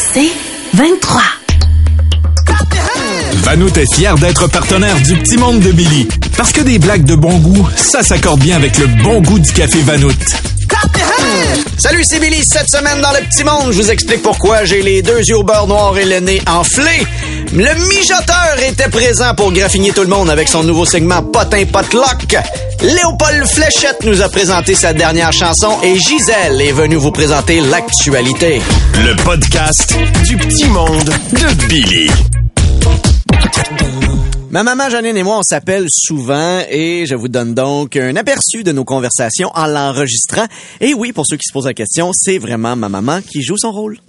C'est 23. Vanout est fier d'être partenaire du Petit Monde de Billy. Parce que des blagues de bon goût, ça s'accorde bien avec le bon goût du café Vanout. Salut, c'est Billy. Cette semaine dans le Petit Monde, je vous explique pourquoi j'ai les deux yeux au beurre noir et le nez enflé. Le mijoteur était présent pour graffiner tout le monde avec son nouveau segment Potin Potluck. Léopold Fléchette nous a présenté sa dernière chanson et Gisèle est venue vous présenter l'actualité. Le podcast du Petit Monde de Billy. Ma maman Janine et moi, on s'appelle souvent et je vous donne donc un aperçu de nos conversations en l'enregistrant. Et oui, pour ceux qui se posent la question, c'est vraiment ma maman qui joue son rôle.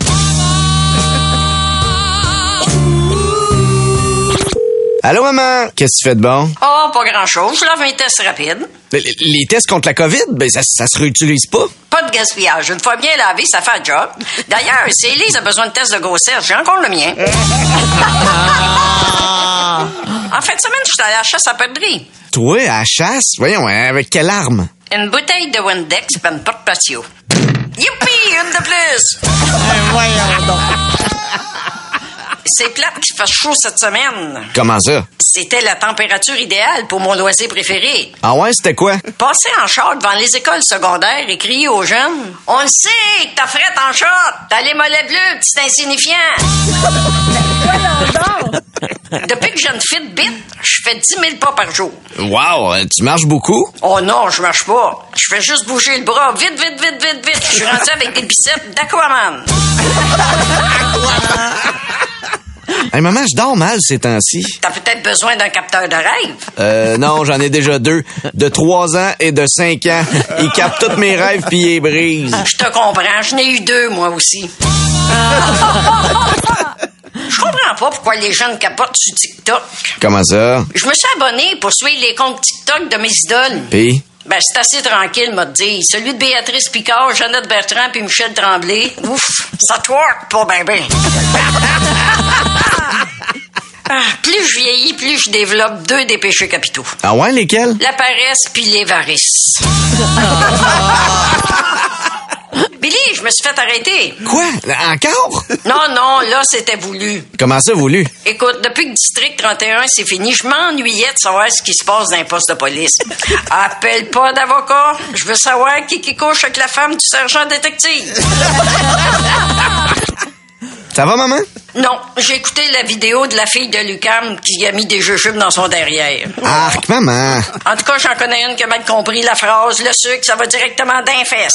Allô, maman? Qu'est-ce que tu fais de bon? Oh, pas grand-chose. Je lave mes tests rapides. Les tests contre la COVID, ben ça se réutilise pas. Pas de gaspillage. Une fois bien lavé, ça fait le job. D'ailleurs, si Élise a besoin de tests de grossesse, j'ai encore le mien. En fin de semaine, j'étais allé à la chasse à perdrix. Toi, à la chasse? Voyons, avec quelle arme? Une bouteille de Windex et une porte-patio. Youpi! Une de plus! Voyons donc. C'est plate qu'il fasse chaud cette semaine. Comment ça? C'était la température idéale pour mon loisir préféré. Ah ouais, c'était quoi? Passer en short devant les écoles secondaires et crier aux jeunes « On le sait que t'as frette en short! T'as les mollets bleus, petit insignifiant! » Depuis que j'ai une Fitbit, je fais 10 000 pas par jour. Wow, tu marches beaucoup? Oh non, je marche pas. Je fais juste bouger le bras. Vite, vite, vite, vite, vite. Je suis rendu avec des biceps d'Aquaman. Hey, maman, je dors mal ces temps-ci. T'as peut-être besoin d'un capteur de rêve? Non, j'en ai déjà 2. De 3 ans et de 5 ans. Ils captent tous mes rêves pis ils les brisent. Je te comprends. Je n'ai eu 2, moi aussi. Je comprends pas pourquoi les jeunes capotent sur TikTok. Comment ça? Je me suis abonné pour suivre les comptes TikTok de mes idoles. Pis? Ben, c'est assez tranquille, m'a dit. Celui de Béatrice Picard, Jeannette Bertrand puis Michel Tremblay. Ouf, ça twerk pas ben ben. Plus je vieillis, plus je développe 2 des péchés capitaux. Ah ouais, lesquels? La paresse puis les varices. Billy, je me suis fait arrêter. Quoi? Encore? Non, là, c'était voulu. Comment ça, voulu? Écoute, depuis que District 31, c'est fini, je m'ennuyais de savoir ce qui se passe dans un poste de police. Appelle pas d'avocat. Je veux savoir qui couche avec la femme du sergent détective. Ça va, maman? Non, j'ai écouté la vidéo de la fille de l'UQAM qui a mis des jujubes dans son derrière. Arc, maman! En tout cas, j'en connais une qui a mal compris la phrase « Le sucre, ça va directement d'un fesse ».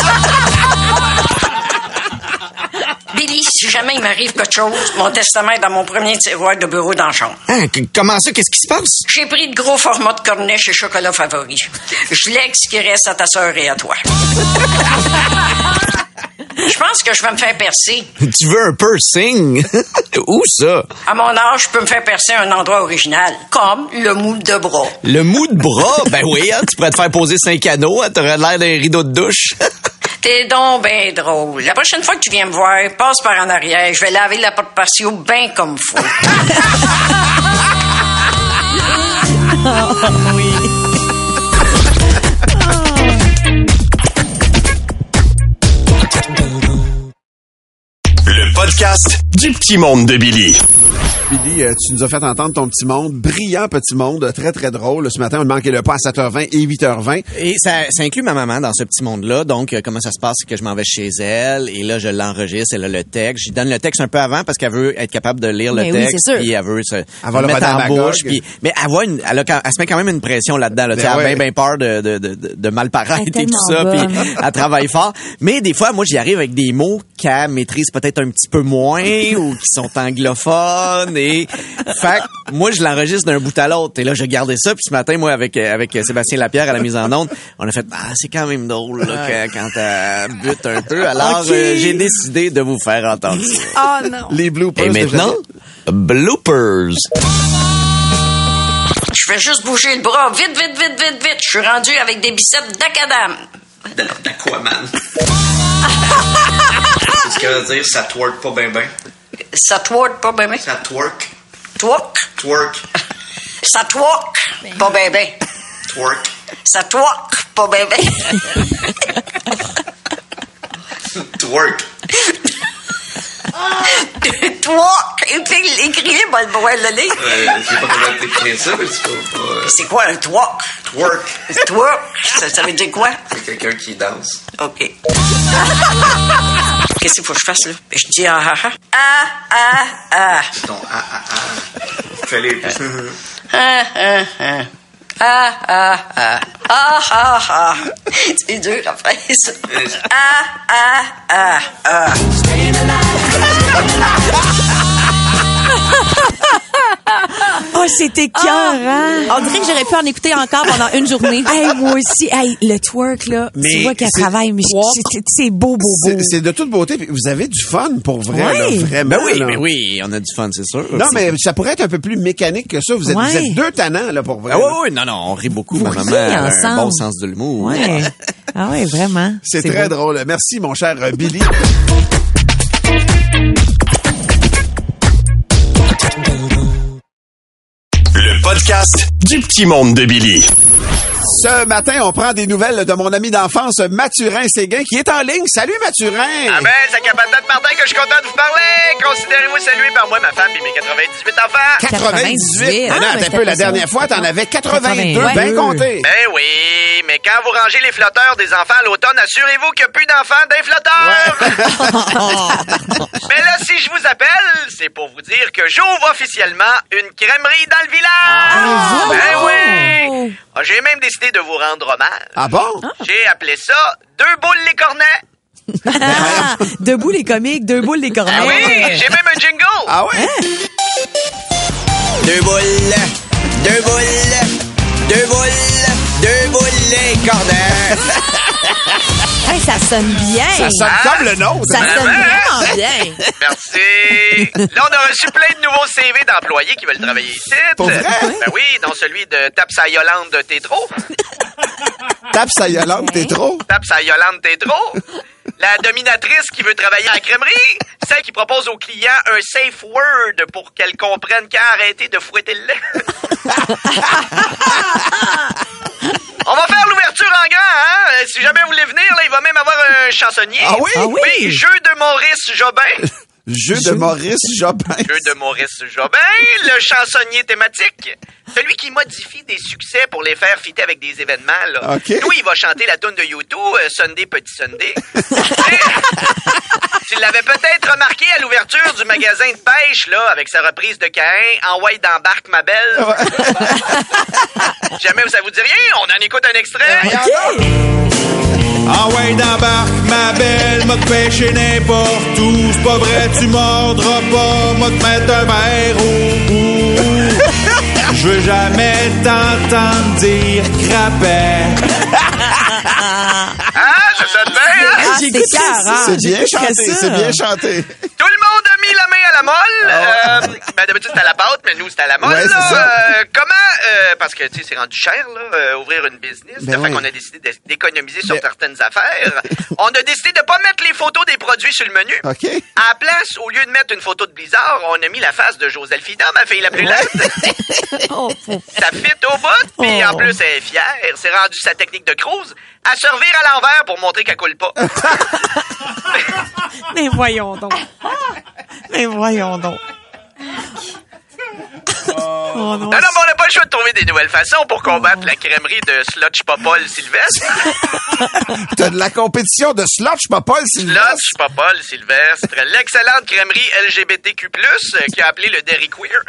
Billy, si jamais il m'arrive quelque chose, mon testament est dans mon premier tiroir de bureau dans la chambre. Hein, comment ça? Qu'est-ce qui se passe? J'ai pris de gros formats de cornets chez Chocolat Favori. Je lègue ce qui reste à ta sœur et à toi. Je pense que je vais me faire percer. Tu veux un piercing? Où ça? À mon âge, je peux me faire percer un endroit original, comme le mou de bras. Le mou de bras? Ben oui, hein, tu pourrais te faire poser 5 anneaux, hein, t'aurais l'air d'un rideau de douche. T'es donc ben drôle. La prochaine fois que tu viens me voir, passe par en arrière. Je vais laver la porte-patio bien comme faut. Oui. Le podcast du Petit Monde de Billy. Billy, tu nous as fait entendre ton petit monde, brillant petit monde, très très drôle. Ce matin, on ne manquait le pas à 7h20 et 8h20. Et ça inclut ma maman dans ce petit monde-là. Donc, comment ça se passe, c'est que je m'en vais chez elle et là, je l'enregistre. Elle a le texte. Je lui donne le texte un peu avant parce qu'elle veut être capable de lire le texte. Oui, puis elle veut se va le mettre en bouche. Puis, mais elle se met quand même une pression là-dedans. Là, elle a bien peur de mal paraître et tout ça. Puis elle travaille fort. Mais des fois, moi, j'y arrive avec des mots qu'elle maîtrise peut-être un petit peu moins ou qui sont anglophones. Et fait que moi, je l'enregistre d'un bout à l'autre. Et là, je gardais ça. Puis ce matin, moi, avec Sébastien Lapierre à la mise en onde, on a fait c'est quand même drôle là, quand elle bute un peu. Alors, j'ai décidé de vous faire entendre ça. Oh non. Les bloopers. Et maintenant, bloopers. Je fais juste bouger le bras. Vite, vite, vite, vite, vite. Je suis rendu avec des biceps d'Acadam. D'Aquaman. C'est ce qu'elle veut dire, ça twerk pas ben ben. Ça twerk pas ben ben. Ça twerk. Twerk? Twerk. Ça twerk pas ben ben. Twerk. Ça twerk pas ben ben. Twerk. twerk. Écris-le, moi, le voir le livre. Je sais pas comment t'écrire ça, mais c'est pas... C'est quoi un twerk? Twerk. Twerk, ça veut dire quoi? C'est quelqu'un qui danse. OK. Qu'est-ce qu'il faut que je fasse, là? Je dis ah. Ton Fais-les. C'est dur à faire, ça. Oh, c'était écœurant. On dirait que j'aurais pu en écouter encore pendant une journée. Hey, moi aussi. Hey, le twerk, là. Mais tu vois qu'elle travaille, mais c'est beau. C'est de toute beauté. Puis vous avez du fun pour vrai, Ouais. là, vraiment. Ben oui, on a du fun, c'est sûr. Non, mais ça pourrait être un peu plus mécanique que ça. Vous êtes deux tannants, là, pour vrai. Ah oui, non, on rit beaucoup. Ma maman a un ensemble. bon sens de l'humour. Ouais. Ah ouais, vraiment. C'est très beau. drôle. Merci, mon cher Billy. Le podcast du petit monde de Billy. Ce matin, on prend des nouvelles de mon ami d'enfance, Mathurin-Séguin, qui est en ligne. Salut, Mathurin! Ah ben, c'est Capitaine Martin que je suis content de vous parler. Considérez-vous salué par moi, ma femme et mes 98 enfants. 98! Ah, Non, mais un peu, la dernière fois, t'en avais 82, 82. bien compté. Ben oui, mais quand vous rangez les flotteurs des enfants à l'automne, assurez-vous qu'il n'y a plus d'enfants dans les flotteurs. Mais là, si je vous appelle, c'est pour vous dire que j'ouvre officiellement une crèmerie dans le village. Ben oui! Ah, j'ai même décidé de vous rendre hommage. Ah bon? J'ai appelé ça Deux boules les cornets. Debout les comiques, deux boules les cornets. Ah oui, j'ai même un jingle. Ah ouais? Deux boules les cornets. Hey, ça sonne bien. Ça sonne comme le nôtre. Ça sonne vraiment bien. Merci. Là, on a reçu plein de nouveaux CV d'employés qui veulent travailler ici. Pour vrai? Ben oui, dont celui de Tape sa Yolande Tétro. Tape sa Yolande, t'es trop. Tape sa Yolande Tétro. La dominatrice qui veut travailler à la crèmerie. Celle qui propose aux clients un safe word pour qu'elle comprenne qu'à arrêter de fouetter le lait. On va faire l'ouverture en grand, hein? Si jamais vous voulez venir, là, il va même avoir un chansonnier. Ah oui? Ah oui? Oui, jeu de Maurice Jobin. Jeu de Maurice Jobin. Jeu de Maurice Jobin, le chansonnier thématique. Celui qui modifie des succès pour les faire fitter avec des événements, là. OK. Nous, il va chanter la tune de YouTube, Sunday Petit Sunday. Tu l'avais peut-être remarqué à l'ouverture du magasin de pêche, là, avec sa reprise de Caïn, En white d'embarque, ma belle. Jamais ça vous dit rien, on en écoute un extrait. Ah ouais, d'embarque, ma belle, m'a te pêcher n'importe où. C'est pas vrai, tu mordras pas, m'a te mettre un verre au bout. Je veux jamais t'entendre dire crapet. Ah, ça sonne bien, hein? Ah, c'est clair, hein? C'est bien chanté, J'écouterais ça. c'est bien chanté. Tout le monde a mis la main à la molle. Ben d'habitude, c'était à la pâte, mais nous, c'était à la molle. Ouais, là. c'est ça. Comment, parce que, tu sais, c'est rendu cher, là, ouvrir une business. Ben Ça fait oui. qu'on a décidé d'économiser sur Ben- certaines affaires. On a décidé de pas mettre les photos des produits sur le menu. OK. À la place, au lieu de mettre une photo de Blizzard, on a mis la face de Joséphina, ma fille la plus laide. Ça fit au bout, puis en plus, elle est fière. C'est rendu sa technique de cruise. À se revire à l'envers pour montrer qu'elle coule pas. Mais voyons donc. Mais voyons donc. Oh non. Non, mais on n'a pas le choix de trouver des nouvelles façons pour combattre la crèmerie de Slotch Popol Sylvestre. T'as de la compétition de Slotch Popol, Sylvestre. Slotch Popol Sylvestre, l'excellente crèmerie LGBTQ+, qui a appelé le Dairy Queer.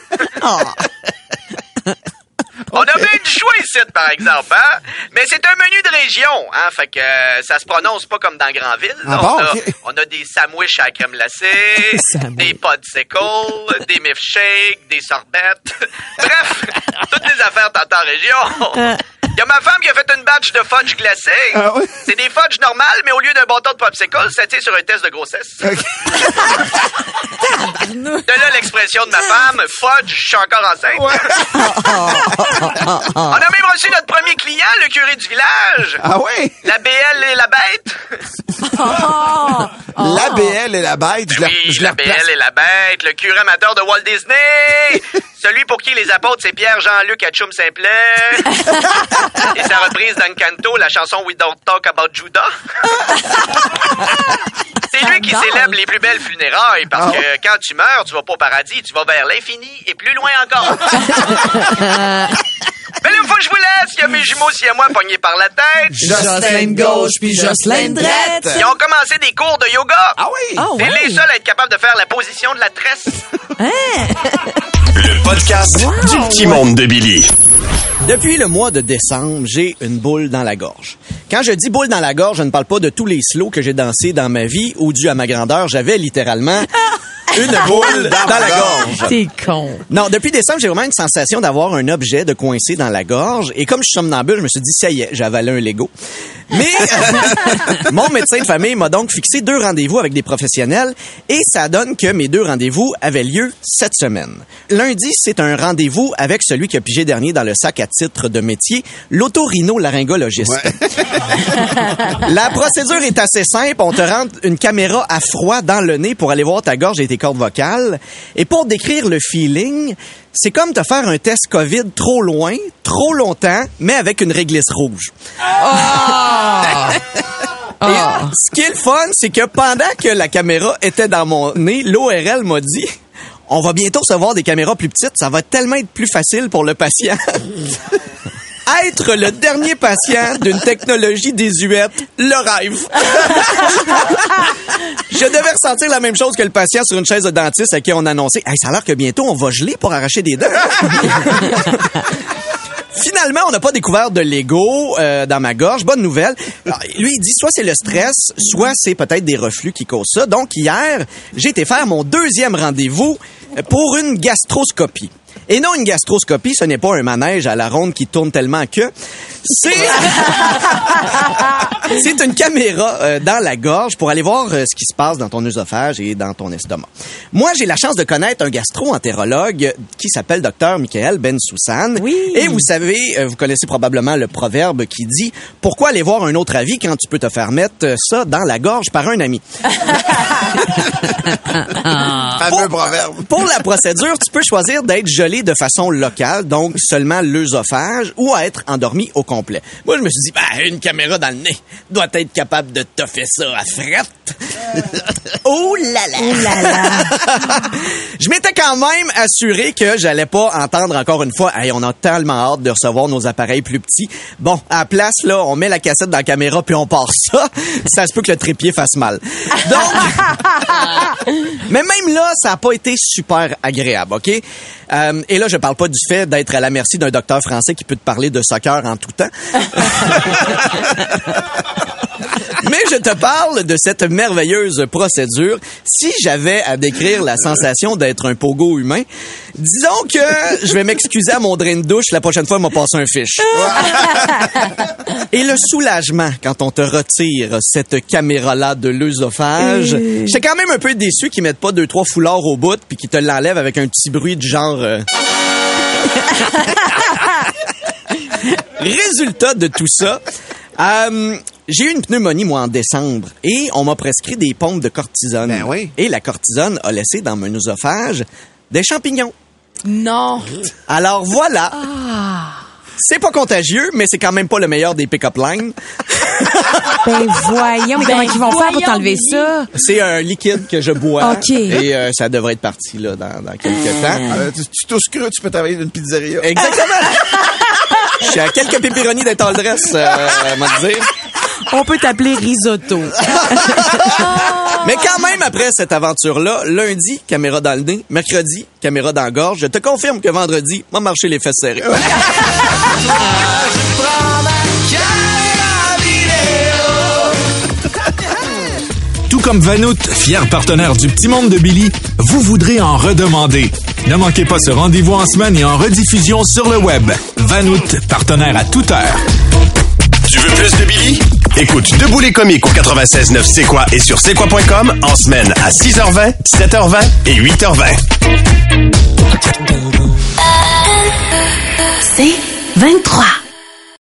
On a bien du choix ici, par exemple, hein? Mais c'est un menu de région, hein? Fait que ça se prononce pas comme dans Grandville. Ah bon, ok. On a des sandwichs à la crème glacée, des podsicles, des milkshakes, des sorbettes. Bref, toutes les affaires t'entends en région. Il y a ma femme qui a fait une batch de fudge glacé. Ah oui? C'est des fudge normales, mais au lieu d'un bâton de popsicle, ça tient sur un test de grossesse. OK. De là l'expression de ma femme, fudge, je suis encore enceinte. On a même reçu notre premier client, le curé du village. Ah oui? La BL et la bête. La BL et la bête, je Oui, la la BL replace. et la bête, le curé amateur de Walt Disney. Celui pour qui les apôtres, c'est Pierre-Jean-Luc Atchoum Simplet. Et sa reprise d'Encanto, la chanson We Don't Talk About Judah. C'est lui qui célèbre les plus belles funérailles parce que quand tu meurs, tu vas pas au paradis, tu vas vers l'infini et plus loin encore. Mais là, faut que je vous laisse. Il y a mes jumeaux si à moi pognés par la tête. Jocelyne gauche puis Jocelyne droite. Ils ont commencé des cours de yoga. Ah oui? Oh, C'est les seuls à être capables de faire la position de la tresse. Le podcast du petit monde de Billy. Depuis le mois de décembre, j'ai une boule dans la gorge. Quand je dis boule dans la gorge, je ne parle pas de tous les slows que j'ai dansés dans ma vie ou dû à ma grandeur, j'avais littéralement une boule dans la gorge. T'es con. Non, depuis décembre, j'ai vraiment une sensation d'avoir un objet de coincé dans la gorge. Et comme je suis somnambule, je me suis dit, ça y est, j'ai avalé un Lego. Mais mon médecin de famille m'a donc fixé 2 rendez-vous avec des professionnels et ça donne que mes 2 rendez-vous avaient lieu cette semaine. Lundi, c'est un rendez-vous avec celui qui a pigé dernier dans le sac à titre de métier, l'otorhinolaryngologiste. Ouais. La procédure est assez simple. On te rentre une caméra à froid dans le nez pour aller voir ta gorge et tes cordes vocales. Et pour décrire le feeling, c'est comme te faire un test COVID trop loin, trop longtemps, mais avec une réglisse rouge. Et ce qui est le fun, c'est que pendant que la caméra était dans mon nez, l'ORL m'a dit « On va bientôt recevoir des caméras plus petites, ça va tellement être plus facile pour le patient. » Être le dernier patient d'une technologie désuète, le rêve. Je devais ressentir la même chose que le patient sur une chaise de dentiste à qui on annonçait « Hey, ça a l'air que bientôt on va geler pour arracher des dents. » Finalement, on n'a pas découvert de Lego dans ma gorge. Bonne nouvelle. Alors, lui, il dit soit c'est le stress, soit c'est peut-être des reflux qui causent ça. Donc, hier, j'ai été faire mon 2e rendez-vous pour une gastroscopie. Et non, une gastroscopie, ce n'est pas un manège à la ronde qui tourne tellement que... C'est une caméra dans la gorge pour aller voir ce qui se passe dans ton œsophage et dans ton estomac. Moi, j'ai la chance de connaître un gastro-entérologue qui s'appelle Dr Michael Bensoussan. Oui. Et vous savez, vous connaissez probablement le proverbe qui dit « Pourquoi aller voir un autre avis quand tu peux te faire mettre ça dans la gorge par un ami? » Fameux proverbe. Pour la procédure, tu peux choisir d'être gelé de façon locale, donc seulement l'œsophage, ou à être endormi au complet. Moi, je me suis dit, une caméra dans le nez doit être capable de toffer ça à frette. Oh là là! Oh là là! Je m'étais quand même assuré que j'allais pas entendre encore une fois, hey, on a tellement hâte de recevoir nos appareils plus petits. Bon, à la place, là, on met la cassette dans la caméra puis on part ça. Ça se peut que le trépied fasse mal. Donc, mais même là, ça a pas été super agréable, OK? Et là, je parle pas du fait d'être à la merci d'un docteur français qui peut te parler de soccer en tout temps. Mais je te parle de cette merveilleuse procédure. Si j'avais à décrire la sensation d'être un pogo humain, disons que je vais m'excuser à mon drain de douche la prochaine fois, il m'a passé un fiche. Et le soulagement quand on te retire cette caméra-là de l'œsophage, j'étais quand même un peu déçu qu'ils mettent pas 2-3 foulards au bout puis qu'ils te l'enlèvent avec un petit bruit du genre... Résultat de tout ça... j'ai eu une pneumonie, moi, en décembre, et on m'a prescrit des pompes de cortisone. Ben oui. Et la cortisone a laissé dans mon œsophage des champignons. Non. Alors voilà. C'est pas contagieux, mais c'est quand même pas le meilleur des pick-up lines. Ben voyons, mais comment ils vont faire pour t'enlever ça? C'est un liquide que je bois. OK. Et ça devrait être parti là dans quelques temps. Tu tousses cru, tu peux travailler dans une pizzeria. Exactement. Je suis à quelques pépéronis d'être all dress, moi dire. On peut t'appeler risotto. Mais quand même, après cette aventure-là, lundi, caméra dans le nez, mercredi, caméra dans la gorge, je te confirme que vendredi, on va marcher les fesses serrées. Tout comme Vanout, fier partenaire du Petit Monde de Billy, vous voudrez en redemander. Ne manquez pas ce rendez-vous en semaine et en rediffusion sur le web. Vanout, partenaire à toute heure. Tu veux plus de Billy? Écoute Debout les comiques au 96.9 C'est quoi et sur c'est quoi.com en semaine à 6h20, 7h20 et 8h20. C'est 23.